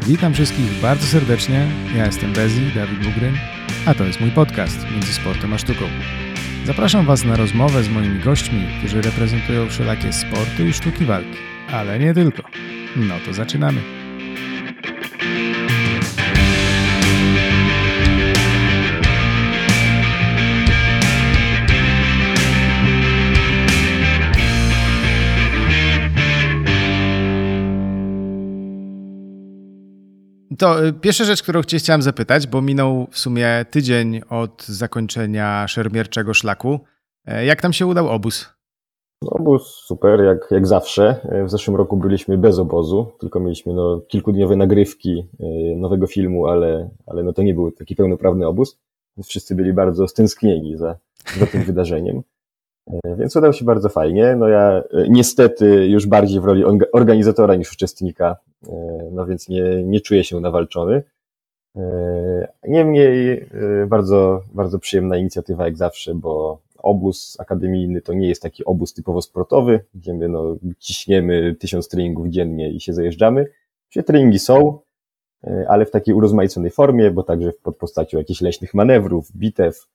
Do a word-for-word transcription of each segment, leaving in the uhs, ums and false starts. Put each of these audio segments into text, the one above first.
Witam wszystkich bardzo serdecznie, ja jestem Bezi, Dawid Bugryn, a to jest mój podcast Między Sportem a Sztuką. Zapraszam Was na rozmowę z moimi gośćmi, którzy reprezentują wszelakie sporty i sztuki walki, ale nie tylko. No to zaczynamy. To pierwsza rzecz, którą Cię chciałem zapytać, bo minął w sumie tydzień od zakończenia szermierczego szlaku. Jak tam się udał obóz? Obóz super, jak, jak zawsze. W zeszłym roku byliśmy bez obozu, tylko mieliśmy no, kilkudniowe nagrywki nowego filmu, ale, ale no to nie był taki pełnoprawny obóz. Wszyscy byli bardzo stęsknieni za, za tym wydarzeniem. Więc udał się bardzo fajnie. No ja niestety już bardziej w roli organizatora niż uczestnika, no więc nie, nie czuję się nawalczony. Niemniej bardzo, bardzo przyjemna inicjatywa jak zawsze, bo obóz akademijny to nie jest taki obóz typowo sportowy, gdzie my no, ciśniemy tysiąc treningów dziennie i się zajeżdżamy. Gdzie treningi są, ale w takiej urozmaiconej formie, bo także pod postacią jakichś leśnych manewrów, bitew,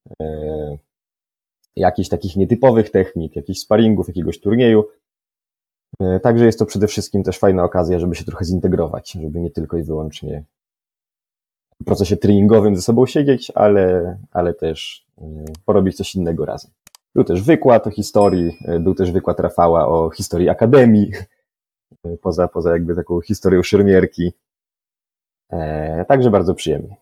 jakichś takich nietypowych technik, jakichś sparingów, jakiegoś turnieju. Także jest to przede wszystkim też fajna okazja, żeby się trochę zintegrować, żeby nie tylko i wyłącznie w procesie treningowym ze sobą siedzieć, ale, ale też porobić coś innego razem. Był też wykład o historii, był też wykład Rafała o historii Akademii, poza, poza jakby taką historią szermierki. Także bardzo przyjemnie.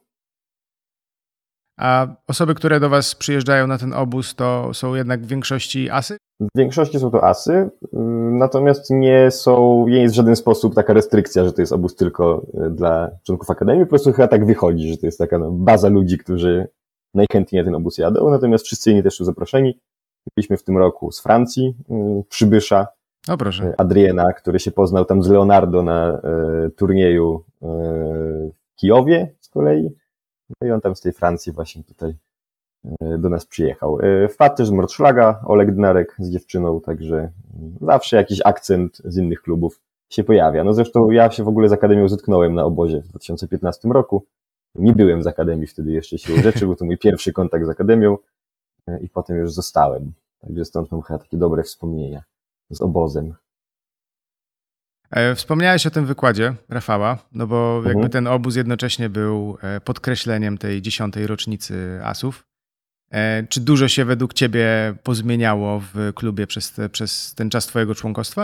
A osoby, które do Was przyjeżdżają na ten obóz, to są jednak w większości asy? W większości są to asy, natomiast nie są, nie jest w żaden sposób taka restrykcja, że to jest obóz tylko dla członków Akademii. Po prostu chyba tak wychodzi, że to jest taka no, baza ludzi, którzy najchętniej na ten obóz jadą, natomiast wszyscy inni też są zaproszeni. Byliśmy w tym roku z Francji, przybysza, o, proszę. Adriena, który się poznał tam z Leonardo na e, turnieju e, w Kijowie z kolei. No i on tam z tej Francji właśnie tutaj do nas przyjechał. Wpadł też z Mordszlaga, Oleg Dnarek z dziewczyną, także zawsze jakiś akcent z innych klubów się pojawia. No zresztą ja się w ogóle z Akademią zetknąłem na obozie w dwa tysiące piętnastym roku. Nie byłem z Akademii wtedy jeszcze siłą rzeczy, był to mój pierwszy kontakt z Akademią i potem już zostałem. Także stąd mam chyba takie dobre wspomnienia z obozem. Wspomniałeś o tym wykładzie Rafała, no bo jakby Mhm. ten obóz jednocześnie był podkreśleniem tej dziesiątej rocznicy asów. Czy dużo się według Ciebie pozmieniało w klubie przez, te, przez ten czas Twojego członkostwa?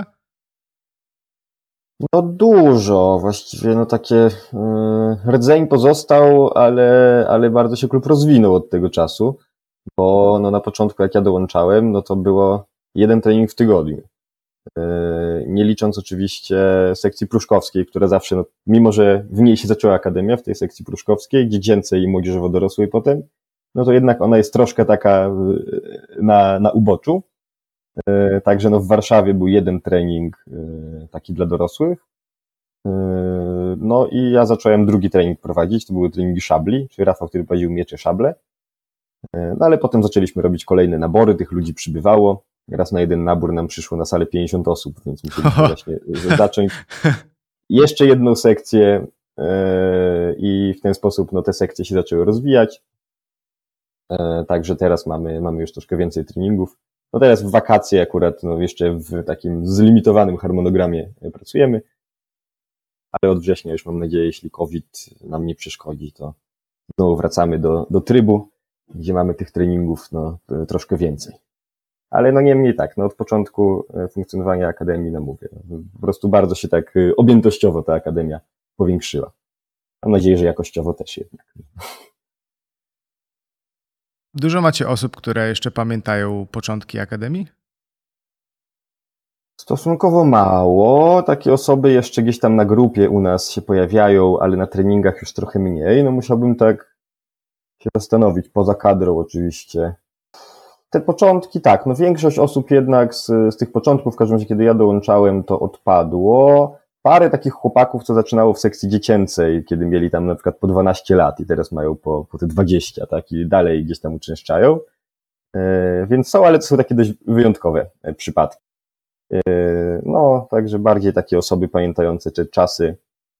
No dużo, właściwie no takie yy, rdzeń pozostał, ale, ale bardzo się klub rozwinął od tego czasu, bo no na początku jak ja dołączałem, no to było jeden trening w tygodniu. Nie licząc oczywiście sekcji pruszkowskiej, która zawsze, no, mimo że w niej się zaczęła akademia, w tej sekcji pruszkowskiej, dziecięcej i młodzieżowo-dorosłej potem, no to jednak ona jest troszkę taka na, na uboczu. Także no w Warszawie był jeden trening taki dla dorosłych. No i ja zacząłem drugi trening prowadzić, to były treningi szabli, czyli Rafał, który prowadził miecze, szable. No ale potem zaczęliśmy robić kolejne nabory, tych ludzi przybywało. Raz na jeden nabór nam przyszło na salę pięćdziesiąt osób, więc musieliśmy właśnie zacząć jeszcze jedną sekcję i w ten sposób no, te sekcje się zaczęły rozwijać. Także teraz mamy, mamy już troszkę więcej treningów. No teraz w wakacje akurat no, jeszcze w takim zlimitowanym harmonogramie pracujemy, ale od września już mam nadzieję, jeśli COVID nam nie przeszkodzi, to znowu wracamy do, do trybu, gdzie mamy tych treningów no, troszkę więcej. Ale no niemniej tak, no od początku funkcjonowania Akademii, no mówię, no, po prostu bardzo się tak objętościowo ta Akademia powiększyła. Mam nadzieję, że jakościowo też jednak. Dużo macie osób, które jeszcze pamiętają początki Akademii? Stosunkowo mało. Takie osoby jeszcze gdzieś tam na grupie u nas się pojawiają, ale na treningach już trochę mniej. No musiałbym tak się zastanowić, poza kadrą oczywiście. Te początki, tak, no większość osób jednak z, z tych początków, w każdym razie kiedy ja dołączałem, to odpadło. Parę takich chłopaków, co zaczynało w sekcji dziecięcej, kiedy mieli tam na przykład po dwanaście lat i teraz mają po, po te dwadzieścia, tak, i dalej gdzieś tam uczęszczają. Yy, więc są, ale to są takie dość wyjątkowe przypadki. Yy, no, także bardziej takie osoby pamiętające te czasy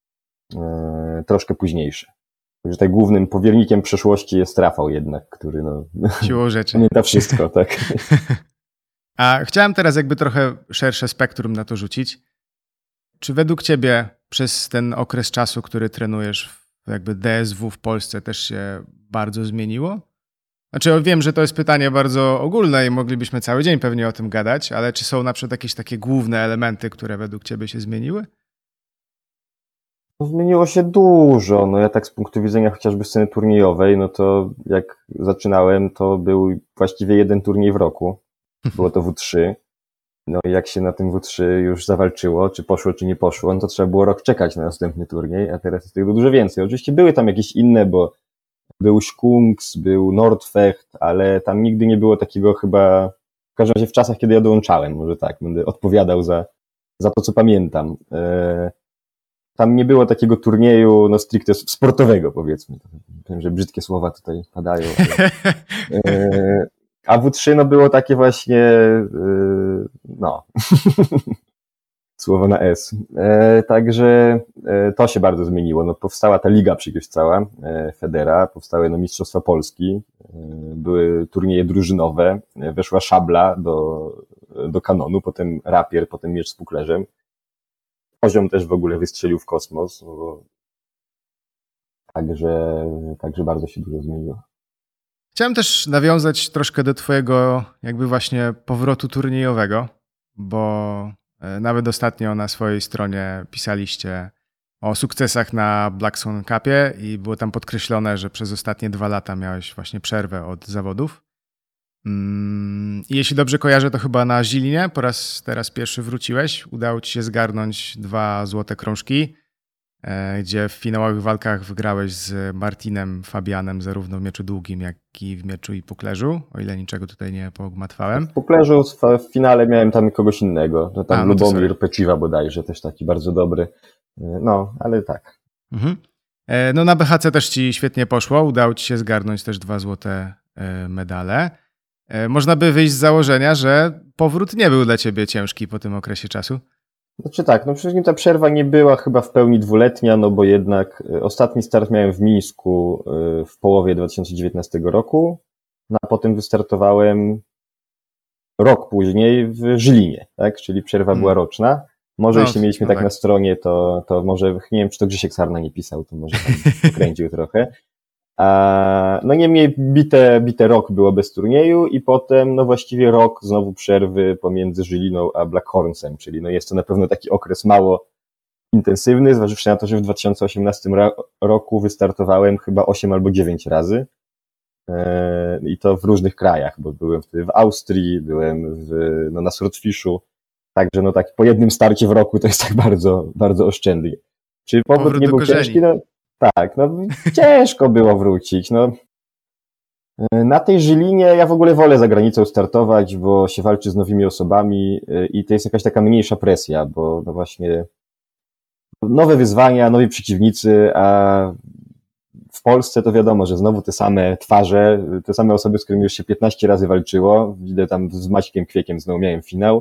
e, troszkę późniejsze. Także tak głównym powiernikiem przeszłości jest Rafał jednak, który no, siłą rzeczy pamięta wszystko, tak. A chciałem teraz jakby trochę szersze spektrum na to rzucić. Czy według ciebie przez ten okres czasu, który trenujesz w jakby D S W w Polsce też się bardzo zmieniło? Znaczy ja wiem, że to jest pytanie bardzo ogólne i moglibyśmy cały dzień pewnie o tym gadać, ale czy są na przykład jakieś takie główne elementy, które według ciebie się zmieniły? Zmieniło się dużo. No ja tak z punktu widzenia chociażby sceny turniejowej, no to jak zaczynałem, to był właściwie jeden turniej w roku. Było to W trzy. No i jak się na tym W trzy już zawalczyło, czy poszło, czy nie poszło, no to trzeba było rok czekać na następny turniej, a teraz jest tego dużo więcej. Oczywiście były tam jakieś inne, bo był Skunks, był Nordfecht, ale tam nigdy nie było takiego chyba, w każdym razie w czasach, kiedy ja dołączałem, może tak, będę odpowiadał za, za to, co pamiętam. E, tam nie było takiego turnieju, no stricte sportowego, powiedzmy. Wiem, że brzydkie słowa tutaj padają. Ale, e, a W trzy no było takie właśnie, e, no, słowo na S. E, także e, to się bardzo zmieniło. No, powstała ta liga przecież cała, e, Federa, powstały no, Mistrzostwa Polski, e, były turnieje drużynowe, e, weszła szabla do, do kanonu, potem rapier, potem miecz z puklerzem. Poziom też w ogóle wystrzelił w kosmos, bo... także, także bardzo się dużo zmieniło. Chciałem też nawiązać troszkę do twojego jakby właśnie powrotu turniejowego, bo nawet ostatnio na swojej stronie pisaliście o sukcesach na Black Swan Cupie i było tam podkreślone, że przez ostatnie dwa lata miałeś właśnie przerwę od zawodów. I jeśli dobrze kojarzę, to chyba na Żilinie po raz teraz pierwszy wróciłeś. Udało ci się zgarnąć dwa złote krążki, gdzie w finałowych walkach wygrałeś z Martinem Fabianem zarówno w mieczu długim, jak i w mieczu i puklerzu, o ile niczego tutaj nie pogmatwałem. W puklerzu w finale miałem tam kogoś innego, no tam A, no Lubomir Peciwa bodajże, też taki bardzo dobry, no, ale tak. Mhm. No na B H C też ci świetnie poszło, udało ci się zgarnąć też dwa złote medale. Można by wyjść z założenia, że powrót nie był dla ciebie ciężki po tym okresie czasu. Znaczy tak, no przecież ta przerwa nie była chyba w pełni dwuletnia, no bo jednak ostatni start miałem w Mińsku w połowie dwa tysiące dziewiętnastego roku, no a potem wystartowałem rok później w Żylinie, tak, czyli przerwa hmm. była roczna. Może no, jeśli mieliśmy no tak, tak na stronie, to, to może, nie wiem, czy to Grzesiek Sarna nie pisał, to może tam pokręcił trochę. A, no niemniej bite, bite rok było bez turnieju i potem no właściwie rok znowu przerwy pomiędzy Żyliną a Blackhornsem, czyli no jest to na pewno taki okres mało intensywny, zważywszy na to, że w dwa tysiące osiemnastym roku wystartowałem chyba osiem albo dziewięć razy e, i to w różnych krajach, bo byłem wtedy w Austrii, byłem w, no, na Swordfishu, także no tak po jednym starcie w roku to jest tak bardzo, bardzo oszczędnie. Czy powrót, powrót nie był ciężki? No, tak, no ciężko było wrócić. No. Na tej Żylinie ja w ogóle wolę za granicą startować, bo się walczy z nowymi osobami i to jest jakaś taka mniejsza presja, bo no właśnie nowe wyzwania, nowi przeciwnicy, a w Polsce to wiadomo, że znowu te same twarze, te same osoby, z którymi już się piętnaście razy walczyło. Widzę tam z Maćkiem Kwiekiem znowu miałem finał.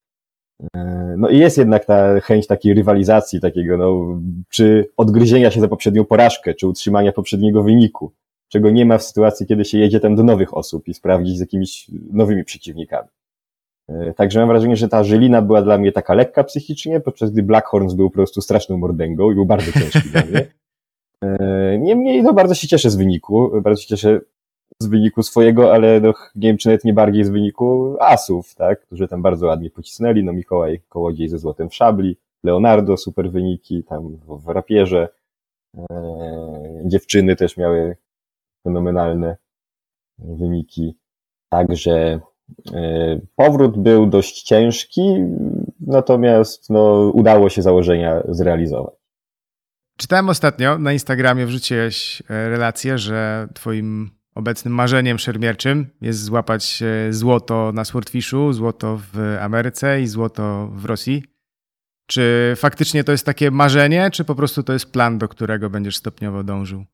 No i jest jednak ta chęć takiej rywalizacji, takiego, no, czy odgryzienia się za poprzednią porażkę, czy utrzymania poprzedniego wyniku, czego nie ma w sytuacji, kiedy się jedzie tam do nowych osób i sprawdzić z jakimiś nowymi przeciwnikami. Także mam wrażenie, że ta Żylina była dla mnie taka lekka psychicznie, podczas gdy Blackhorns był po prostu straszną mordęgą i był bardzo ciężki dla mnie. Niemniej, no, bardzo się cieszę z wyniku, bardzo się cieszę z wyniku swojego, ale no, nie wiem, czy nawet nie bardziej z wyniku asów, tak, którzy tam bardzo ładnie pocisnęli, no Mikołaj Kołodziej ze złotem w szabli, Leonardo super wyniki, tam w rapierze, eee, dziewczyny też miały fenomenalne wyniki, także e, powrót był dość ciężki, natomiast no, udało się założenia zrealizować. Czytałem ostatnio, na Instagramie wrzuciłeś relację, że twoim obecnym marzeniem szermierczym jest złapać złoto na Swordfishu, złoto w Ameryce i złoto w Rosji. Czy faktycznie to jest takie marzenie, czy po prostu to jest plan, do którego będziesz stopniowo dążył?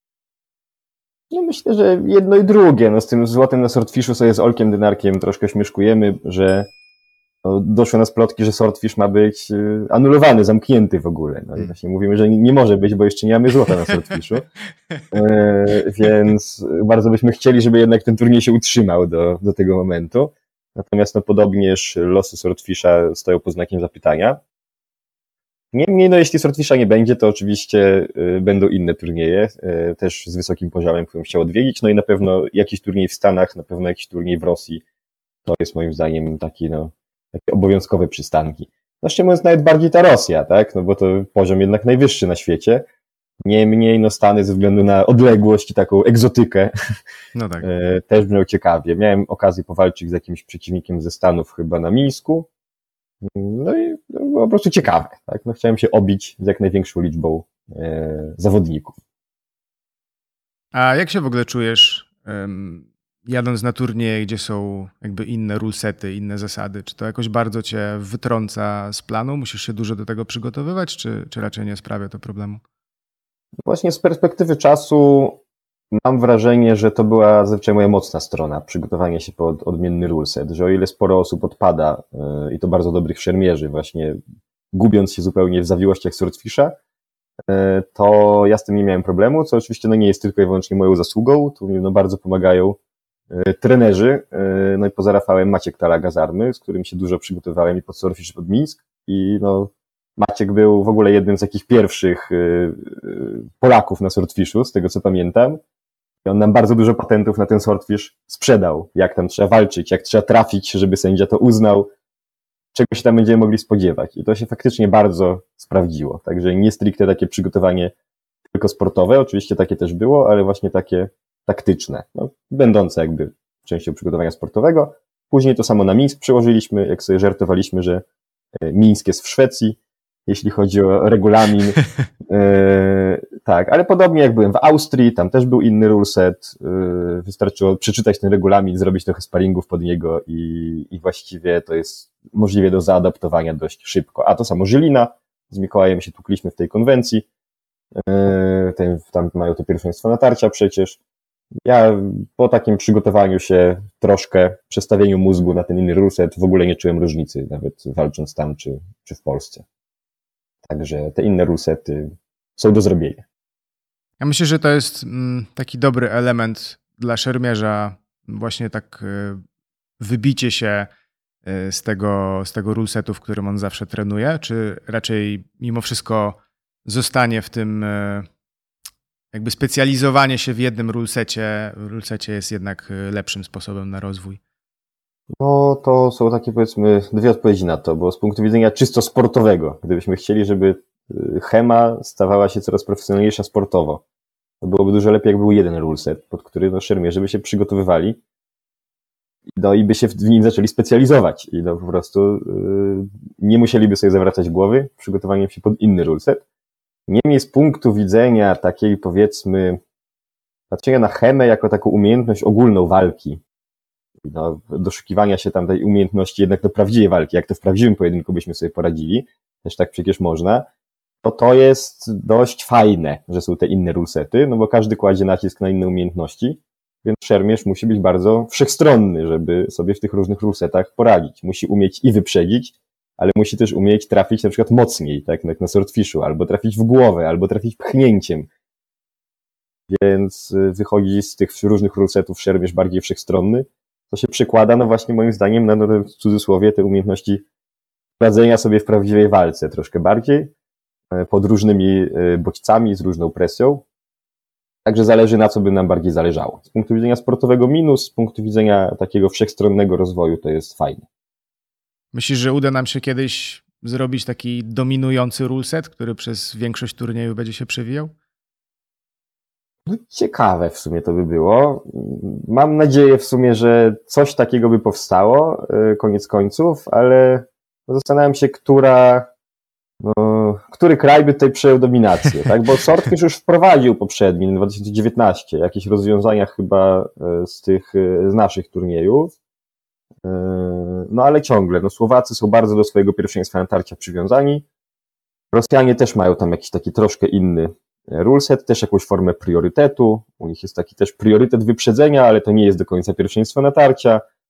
No myślę, że jedno i drugie. No z tym złotem na Swordfishu sobie z Olkiem Dynarkiem troszkę śmieszkujemy, że no, doszły nas plotki, że Swordfish ma być anulowany, zamknięty w ogóle. No i właśnie mówimy, że nie może być, bo jeszcze nie mamy złota na Swordfishu. E, więc bardzo byśmy chcieli, żeby jednak ten turniej się utrzymał do, do tego momentu. Natomiast no, podobnież losy Swordfisha stoją pod znakiem zapytania. Niemniej, no jeśli Swordfisha nie będzie, to oczywiście y, będą inne turnieje, y, też z wysokim poziomem, którym chciał odwiedzić, no i na pewno jakiś turniej w Stanach, na pewno jakiś turniej w Rosji, to jest moim zdaniem taki, no, takie obowiązkowe przystanki. No szczerze mówiąc nawet bardziej ta Rosja, tak, no bo to poziom jednak najwyższy na świecie. Niemniej, no Stany ze względu na odległość i taką egzotykę no tak. y, też brzmią ciekawie. Miałem okazję powalczyć z jakimś przeciwnikiem ze Stanów chyba na Mińsku. No i no, było po prostu ciekawe, tak? No, chciałem się obić z jak największą liczbą e, zawodników. A jak się w ogóle czujesz, um, jadąc na turnieje, gdzie są jakby inne rulesety, inne zasady? Czy to jakoś bardzo cię wytrąca z planu? Musisz się dużo do tego przygotowywać, czy, czy raczej nie sprawia to problemu? Właśnie z perspektywy czasu mam wrażenie, że to była zazwyczaj moja mocna strona, przygotowanie się pod odmienny ruleset, że o ile sporo osób odpada yy, i to bardzo dobrych szermierzy, właśnie gubiąc się zupełnie w zawiłościach Swordfisha, yy, to ja z tym nie miałem problemu, co oczywiście no, nie jest tylko i wyłącznie moją zasługą, tu mi no, bardzo pomagają yy, trenerzy, yy, no i poza Rafałem Maciek Talaga z Army, z którym się dużo przygotowałem i pod Swordfish, pod Mińsk i no Maciek był w ogóle jednym z takich pierwszych yy, yy, Polaków na Swordfishu, z tego co pamiętam. I on nam bardzo dużo patentów na ten Swordfish sprzedał, jak tam trzeba walczyć, jak trzeba trafić, żeby sędzia to uznał, czego się tam będziemy mogli spodziewać. I to się faktycznie bardzo sprawdziło. Także nie stricte takie przygotowanie tylko sportowe, oczywiście takie też było, ale właśnie takie taktyczne, no, będące jakby częścią przygotowania sportowego. Później to samo na Mińsk przełożyliśmy, jak sobie żartowaliśmy, że Mińsk jest w Szwecji, jeśli chodzi o regulamin. Yy, tak, ale podobnie jak byłem w Austrii, tam też był inny ruleset. Yy, wystarczyło przeczytać ten regulamin, zrobić trochę sparingów pod niego i, i właściwie to jest możliwe do zaadaptowania dość szybko. A to samo Żylina, z Mikołajem się tukliśmy w tej konwencji. Yy, ten, tam mają to pierwszeństwo natarcia przecież. Ja po takim przygotowaniu się troszkę, przestawieniu mózgu na ten inny ruleset w ogóle nie czułem różnicy, nawet walcząc tam czy, czy w Polsce. Także te inne rulesety są do zrobienia. Ja myślę, że to jest taki dobry element dla szermierza, właśnie tak wybicie się z tego, z tego rulesetu, w którym on zawsze trenuje, czy raczej mimo wszystko zostanie w tym, jakby specjalizowanie się w jednym rulesecie, rulesecie jest jednak lepszym sposobem na rozwój? No to są takie powiedzmy dwie odpowiedzi na to, bo z punktu widzenia czysto sportowego, gdybyśmy chcieli, żeby Hema stawała się coraz profesjonalniejsza sportowo, to byłoby dużo lepiej, jak był jeden ruleset, pod który no, szermierze by się przygotowywali no, i by się w nim zaczęli specjalizować i no, po prostu yy, nie musieliby sobie zawracać głowy przygotowaniem się pod inny ruleset. Niemniej z punktu widzenia takiej powiedzmy patrzenia na Hemę jako taką umiejętność ogólną walki, no, doszukiwania się tam tej umiejętności jednak do prawdziwej walki, jak to w prawdziwym pojedynku byśmy sobie poradzili, też tak przecież można, to to jest dość fajne, że są te inne rulesety, no bo każdy kładzie nacisk na inne umiejętności, więc szermierz musi być bardzo wszechstronny, żeby sobie w tych różnych rulesetach poradzić. Musi umieć i wyprzedzić, ale musi też umieć trafić na przykład mocniej, tak jak na Swordfishu, albo trafić w głowę, albo trafić pchnięciem. Więc wychodzi z tych różnych rulesetów szermierz bardziej wszechstronny, to się przekłada, no właśnie moim zdaniem, na no, w cudzysłowie te umiejętności radzenia sobie w prawdziwej walce troszkę bardziej, pod różnymi bodźcami, z różną presją. Także zależy, na co by nam bardziej zależało. Z punktu widzenia sportowego minus, z punktu widzenia takiego wszechstronnego rozwoju to jest fajne. Myślisz, że uda nam się kiedyś zrobić taki dominujący ruleset, który przez większość turniejów będzie się przewijał? No, ciekawe w sumie to by było. Mam nadzieję w sumie, że coś takiego by powstało, koniec końców, ale zastanawiam się, która, no, który kraj by tutaj przejął dominację, tak? Bo Swordfish już wprowadził poprzedni, dwa tysiące dziewiętnaście, jakieś rozwiązania chyba z tych, z naszych turniejów. No ale ciągle, no Słowacy są bardzo do swojego pierwszeństwa natarcia przywiązani. Rosjanie też mają tam jakiś taki troszkę inny ruleset, też jakąś formę priorytetu. U nich jest taki też priorytet wyprzedzenia, ale to nie jest do końca pierwszeństwo natarcia.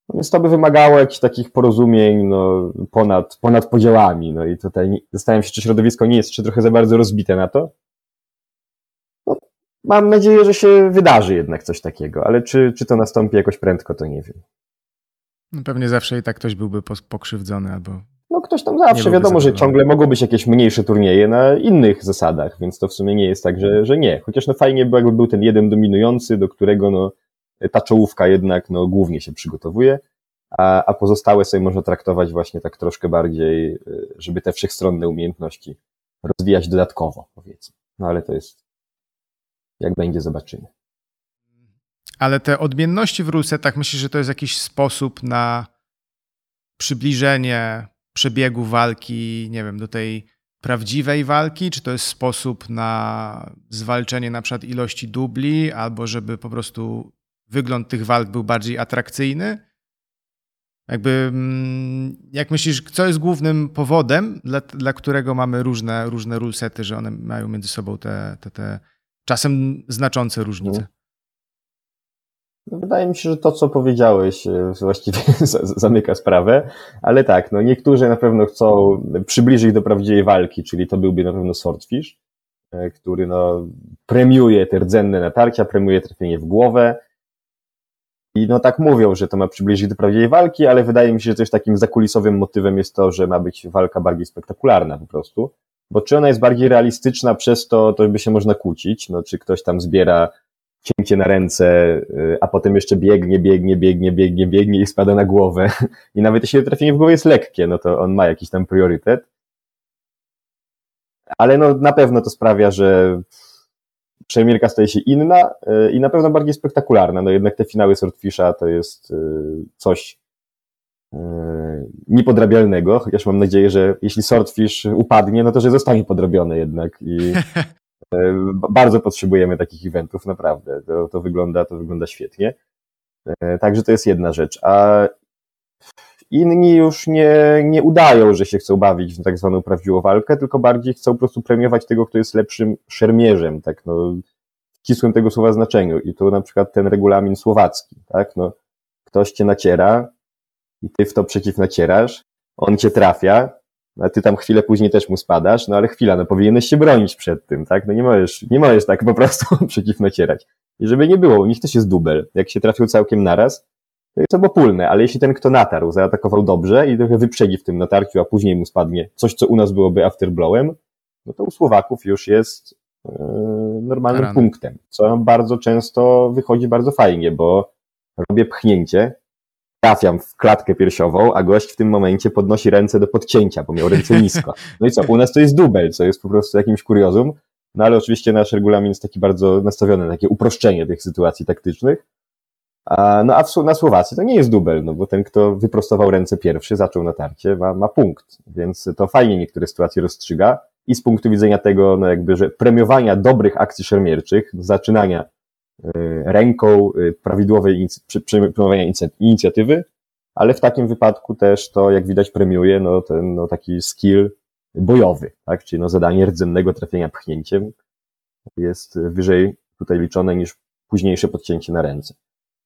No więc to by wymagało jakichś takich porozumień no, ponad, ponad podziałami. No i tutaj nie, zastanawiam się, czy środowisko nie jest jeszcze trochę za bardzo rozbite na to. No, mam nadzieję, że się wydarzy jednak coś takiego, ale czy, czy to nastąpi jakoś prędko, to nie wiem. No pewnie zawsze i tak ktoś byłby pokrzywdzony albo... No ktoś tam zawsze, wiadomo, że ciągle mogą być jakieś mniejsze turnieje na innych zasadach, więc to w sumie nie jest tak, że, że nie. Chociaż no fajnie by jakby był ten jeden dominujący, do którego no ta czołówka jednak no głównie się przygotowuje, a, a pozostałe sobie można traktować właśnie tak troszkę bardziej, żeby te wszechstronne umiejętności rozwijać dodatkowo, powiedzmy. No ale to jest, jak będzie, zobaczymy. Ale te odmienności w rulesetach, myślisz, że to jest jakiś sposób na przybliżenie przebiegu walki, nie wiem, do tej prawdziwej walki? Czy to jest sposób na zwalczenie na przykład ilości dubli, albo żeby po prostu wygląd tych walk był bardziej atrakcyjny? Jakby, jak myślisz, co jest głównym powodem, dla, dla którego mamy różne, różne rulesety, że one mają między sobą te, te, te czasem znaczące różnice? Wydaje mi się, że to, co powiedziałeś, właściwie zamyka sprawę, ale tak, no niektórzy na pewno chcą przybliżyć do prawdziwej walki, czyli to byłby na pewno Swordfish, który no premiuje te rdzenne natarcia, premiuje trafienie w głowę i no tak mówią, że to ma przybliżyć do prawdziwej walki, ale wydaje mi się, że też takim zakulisowym motywem jest to, że ma być walka bardziej spektakularna po prostu, bo czy ona jest bardziej realistyczna przez to, to by się można kłócić, no czy ktoś tam zbiera cięcie na ręce, a potem jeszcze biegnie, biegnie, biegnie, biegnie, biegnie i spada na głowę. I nawet jeśli trafienie w głowę jest lekkie, no to on ma jakiś tam priorytet. Ale no na pewno to sprawia, że szermierka staje się inna i na pewno bardziej spektakularna. No jednak te finały Swordfisha to jest coś niepodrabialnego, chociaż mam nadzieję, że jeśli Swordfish upadnie, no to że zostanie podrobione jednak i bardzo potrzebujemy takich eventów, naprawdę. To, to, wygląda, to wygląda świetnie. Także to jest jedna rzecz. A inni już nie, nie udają, że się chcą bawić w tak zwaną prawdziwą walkę, tylko bardziej chcą po prostu premiować tego, kto jest lepszym szermierzem, tak no, w ścisłym tego słowa znaczeniu. I tu na przykład ten regulamin słowacki, tak, no, ktoś cię naciera i ty w to przeciw nacierasz, on cię trafia, a ty tam chwilę później też mu spadasz, no ale chwila, no powinieneś się bronić przed tym, tak? No nie możesz, nie możesz tak po prostu przeciw nacierać. I żeby nie było, u nich też jest dubel. Jak się trafił całkiem naraz, to jest obopólne, ale jeśli ten, kto natarł, zaatakował dobrze i trochę wyprzedzi w tym natarciu, a później mu spadnie coś, co u nas byłoby afterblowem, no to u Słowaków już jest yy, normalnym Rany. punktem, co bardzo często wychodzi bardzo fajnie, bo robię pchnięcie, trafiam w klatkę piersiową, a gość w tym momencie podnosi ręce do podcięcia, bo miał ręce nisko. No i co, u nas to jest dubel, co jest po prostu jakimś kuriozum, no ale oczywiście nasz regulamin jest taki bardzo nastawiony na takie uproszczenie tych sytuacji taktycznych. A, no a w, na Słowacji to nie jest dubel, no bo ten, kto wyprostował ręce pierwszy, zaczął natarcie, ma, ma punkt, więc to fajnie niektóre sytuacje rozstrzyga i z punktu widzenia tego, no jakby, że premiowania dobrych akcji szermierczych, zaczynania ręką prawidłowej przyjmowania inicjatywy, ale w takim wypadku też to, jak widać, premiuje no, ten no, taki skill bojowy, tak? Czyli no, zadanie rdzennego trafienia pchnięciem jest wyżej tutaj liczone niż późniejsze podcięcie na ręce.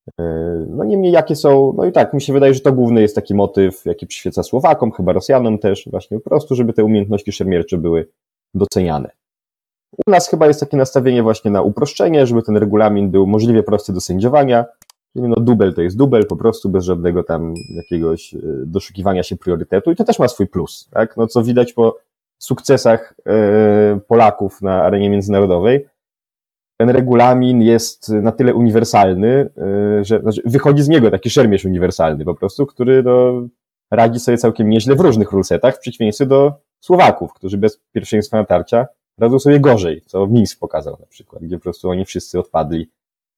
No niemniej jakie są, no i tak, mi się wydaje, że to główny jest taki motyw, jaki przyświeca Słowakom, chyba Rosjanom też, właśnie po prostu, żeby te umiejętności szermiercze były doceniane. U nas chyba jest takie nastawienie właśnie na uproszczenie, żeby ten regulamin był możliwie prosty do sędziowania. Czyli no dubel to jest dubel, po prostu bez żadnego tam jakiegoś doszukiwania się priorytetu i to też ma swój plus, tak? No co widać po sukcesach e, Polaków na arenie międzynarodowej. Ten regulamin jest na tyle uniwersalny, e, że znaczy wychodzi z niego taki szermierz uniwersalny po prostu, który no, radzi sobie całkiem nieźle w różnych rulesetach, w przeciwieństwie do Słowaków, którzy bez pierwszeństwa natarcia radzą sobie gorzej, co Mińsk pokazał na przykład, gdzie po prostu oni wszyscy odpadli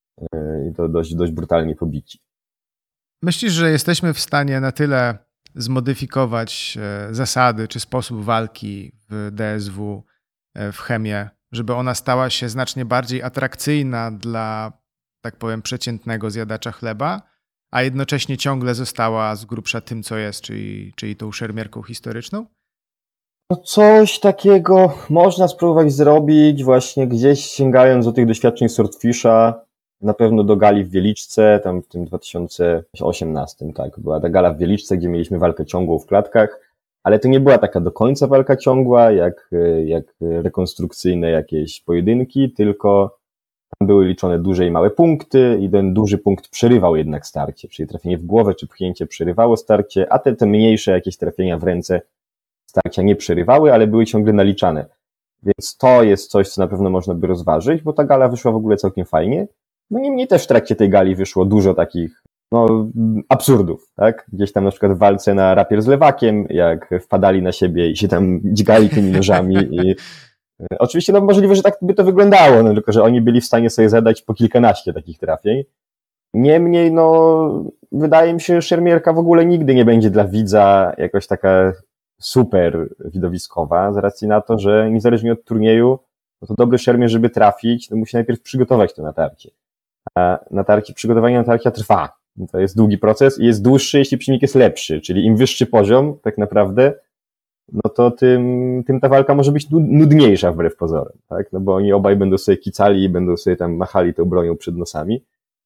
i to dość, dość brutalnie pobici. Myślisz, że jesteśmy w stanie na tyle zmodyfikować zasady czy sposób walki w D S W, w chemię, żeby ona stała się znacznie bardziej atrakcyjna dla, tak powiem, przeciętnego zjadacza chleba, a jednocześnie ciągle została z grubsza tym, co jest, czyli, czyli tą szermierką historyczną? No coś takiego można spróbować zrobić właśnie gdzieś sięgając do tych doświadczeń Swordfisha, na pewno do gali w Wieliczce, tam w tym dwa tysiące osiemnastym, tak, była ta gala w Wieliczce, gdzie mieliśmy walkę ciągłą w klatkach, ale to nie była taka do końca walka ciągła, jak, jak rekonstrukcyjne jakieś pojedynki, tylko tam były liczone duże i małe punkty i ten duży punkt przerywał jednak starcie, czyli trafienie w głowę czy pchnięcie przerywało starcie, a te, te mniejsze jakieś trafienia w ręce starcia nie przerywały, ale były ciągle naliczane. Więc to jest coś, co na pewno można by rozważyć, bo ta gala wyszła w ogóle całkiem fajnie. No niemniej też w trakcie tej gali wyszło dużo takich no, absurdów, tak? Gdzieś tam na przykład w walce na rapier z lewakiem, jak wpadali na siebie i się tam dźgali tymi nożami i oczywiście no możliwe, że tak by to wyglądało, no tylko że oni byli w stanie sobie zadać po kilkanaście takich trafień. Niemniej no wydaje mi się, że szermierka w ogóle nigdy nie będzie dla widza jakoś taka super widowiskowa, z racji na to, że niezależnie od turnieju, no to dobry szermierz, żeby trafić, no musi najpierw przygotować to natarcie. A natarcie, przygotowanie natarcia trwa. To jest długi proces i jest dłuższy, jeśli przeciwnik jest lepszy, czyli im wyższy poziom tak naprawdę, no to tym, tym ta walka może być nudniejsza wbrew pozorom, tak? No bo oni obaj będą sobie kicali i będą sobie tam machali tą bronią przed nosami.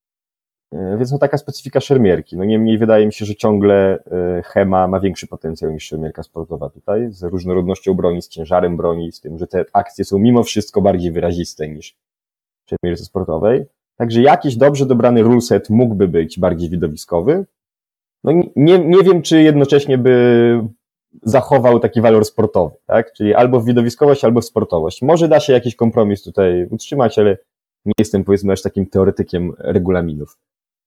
Więc no taka specyfika szermierki. No niemniej wydaje mi się, że ciągle Hema ma większy potencjał niż szermierka sportowa tutaj, z różnorodnością broni, z ciężarem broni, z tym, że te akcje są mimo wszystko bardziej wyraziste niż w szermierce sportowej. Także jakiś dobrze dobrany ruleset mógłby być bardziej widowiskowy. No nie, nie wiem, czy jednocześnie by zachował taki walor sportowy, tak? Czyli albo w widowiskowość, albo w sportowość. Może da się jakiś kompromis tutaj utrzymać, ale nie jestem, powiedzmy, aż takim teoretykiem regulaminów.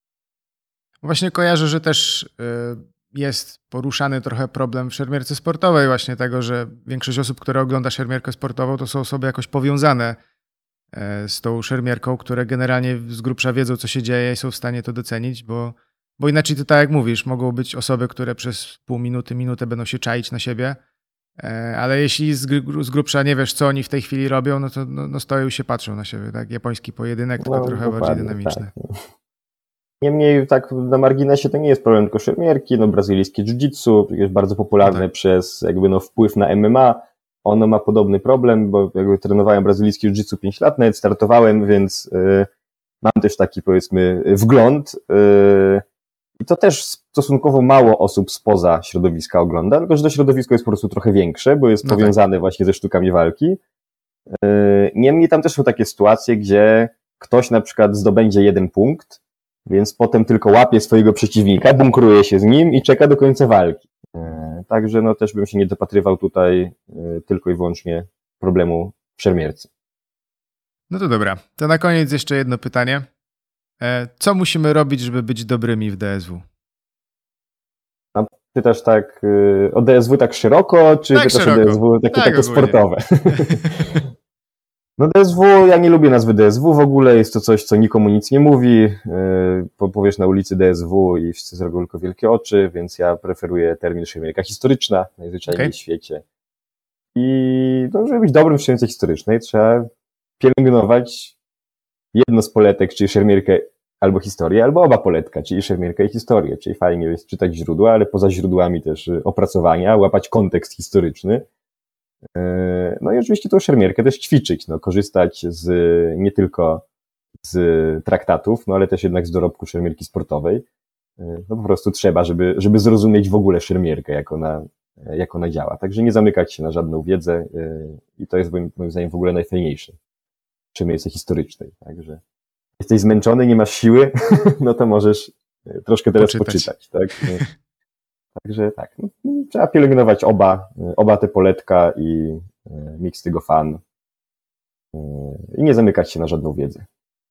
Właśnie kojarzę, że też jest poruszany trochę problem w szermierce sportowej właśnie tego, że większość osób, które ogląda szermierkę sportową, to są osoby jakoś powiązane z tą szermierką, które generalnie z grubsza wiedzą, co się dzieje i są w stanie to docenić, bo, bo inaczej to tak jak mówisz, mogą być osoby, które przez pół minuty, minutę będą się czaić na siebie, ale jeśli z, gr- z grubsza nie wiesz, co oni w tej chwili robią, no to no, no stoją i się patrzą na siebie, tak? Japoński pojedynek, tylko no, trochę bardziej dynamiczny. Tak. Niemniej tak na marginesie to nie jest problem tylko szermierki, no brazylijskie jiu-jitsu jest bardzo popularne tak. przez jakby no wpływ na M M A. Ono ma podobny problem, bo jakby trenowałem brazylijskie jiu-jitsu pięć lat, nawet startowałem, więc yy, mam też taki powiedzmy wgląd yy, i to też stosunkowo mało osób spoza środowiska ogląda, tylko że to środowisko jest po prostu trochę większe, bo jest no powiązane tak. właśnie ze sztukami walki. Yy, niemniej tam też są takie sytuacje, gdzie ktoś na przykład zdobędzie jeden punkt, więc potem tylko łapie swojego przeciwnika, bunkruje się z nim i czeka do końca walki. Także no też bym się nie dopatrywał tutaj tylko i wyłącznie problemu w szermierce. No to dobra, to na koniec jeszcze jedno pytanie. Co musimy robić, żeby być dobrymi w D S W? A pytasz tak o D S W tak szeroko, czy tak pytasz szeroko. o D S W takie, tak, takie ogólnie. sportowe? No D S W, ja nie lubię nazwy D S W w ogóle, jest to coś, co nikomu nic nie mówi. Powiesz na ulicy D S W i wszyscy zrobią tylko wielkie oczy, więc ja preferuję termin szermierka historyczna najzwyczajniej okay. w świecie. I no, żeby być dobrym w szermierce historycznej, trzeba pielęgnować jedno z poletek, czyli szermierkę albo historię, albo oba poletka, czyli szermierkę i historię. Czyli fajnie jest czytać źródła, ale poza źródłami też opracowania, łapać kontekst historyczny. No i oczywiście tą szermierkę też ćwiczyć, no, korzystać z, nie tylko z traktatów, no ale też jednak z dorobku szermierki sportowej. No po prostu trzeba, żeby, żeby zrozumieć w ogóle szermierkę, jak ona, jak ona działa. Także nie zamykać się na żadną wiedzę i to jest moim, moim zdaniem w ogóle najfajniejsze w szermierce historycznej. Także jesteś zmęczony, nie masz siły, no to możesz troszkę teraz poczytać, poczytać tak? Także tak, no, trzeba pielęgnować oba, oba te poletka i miks tego fan i nie zamykać się na żadną wiedzę.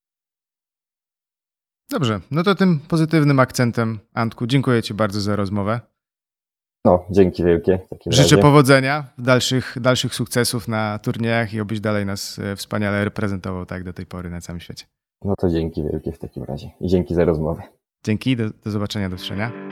Dobrze, no to tym pozytywnym akcentem, Antku, dziękuję Ci bardzo za rozmowę. No, dzięki wielkie. Życzę razie. powodzenia, dalszych, dalszych sukcesów na turniejach i obyś dalej nas wspaniale reprezentował tak do tej pory na całym świecie. No to dzięki wielkie w takim razie i dzięki za rozmowę. Dzięki, do, do zobaczenia, do usłyszenia.